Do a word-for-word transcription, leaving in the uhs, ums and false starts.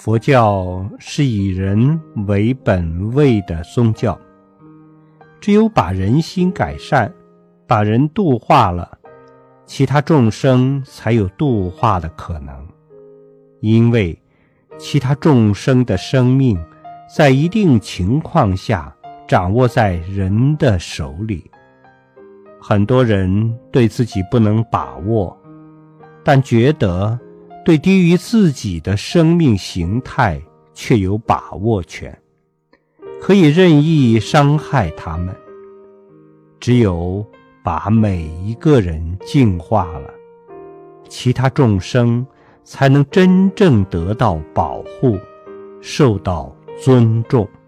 佛教是以人为本位的宗教，只有把人心改善，把人度化了，其他众生才有度化的可能。因为其他众生的生命在一定情况下掌握在人的手里，很多人对自己不能把握，但觉得对低于自己的生命形态却有把握权，可以任意伤害他们。只有把每一个人净化了，其他众生才能真正得到保护，受到尊重。